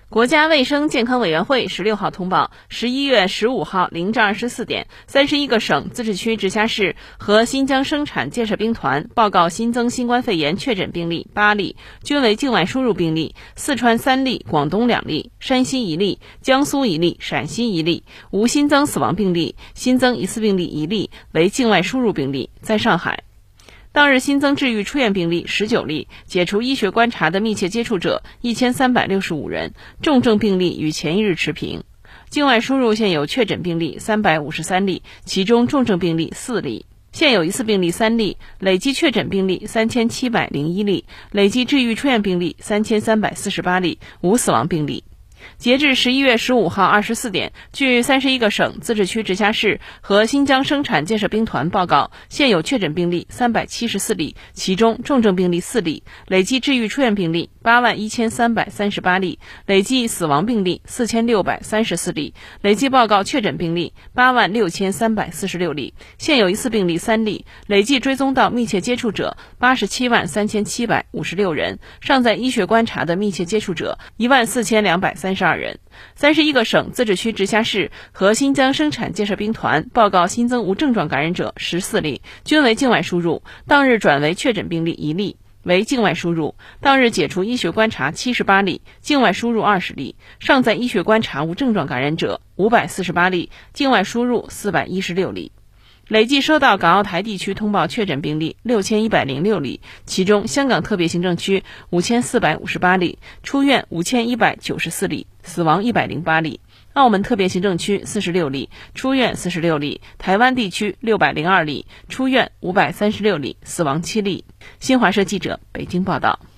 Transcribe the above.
国家卫生健康委员会16号通报，11月15号0至24点，31个省、自治区、直辖市和新疆生产建设兵团报告新增新冠肺炎确诊病例8例，均为境外输入病例，四川3例，广东2例，山西1例，江苏1例，陕西1例，无新增死亡病例，新增疑似病例1例，为境外输入病例，在上海。当日新增治愈出院病例19例，解除医学观察的密切接触者1365人，重症病例与前一日持平。境外输入现有确诊病例353例，其中重症病例4例，现有疑似病例3例，累计确诊病例3701例，累计治愈出院病例3348例，无死亡病例。截至11月15号24点，据31个省、自治区、直辖市和新疆生产建设兵团报告，现有确诊病例374例，其中重症病例4例，累计治愈出院病例81338例，累计死亡病例4634例，累计报告确诊病例86346例，现有疑似病例3例，累计追踪到密切接触者873756人，尚在医学观察的密切接触者14232人。31个省、自治区、直辖市和新疆生产建设兵团报告新增无症状感染者14例，均为境外输入，当日转为确诊病例1例，为境外输入，当日解除医学观察78例，境外输入20例，尚在医学观察无症状感染者548例，境外输入416例。累计收到港澳台地区通报确诊病例6106例，其中香港特别行政区5458例，出院5194例，死亡108例；澳门特别行政区46例，出院46例；台湾地区602例，出院536例，死亡7例。新华社记者北京报道。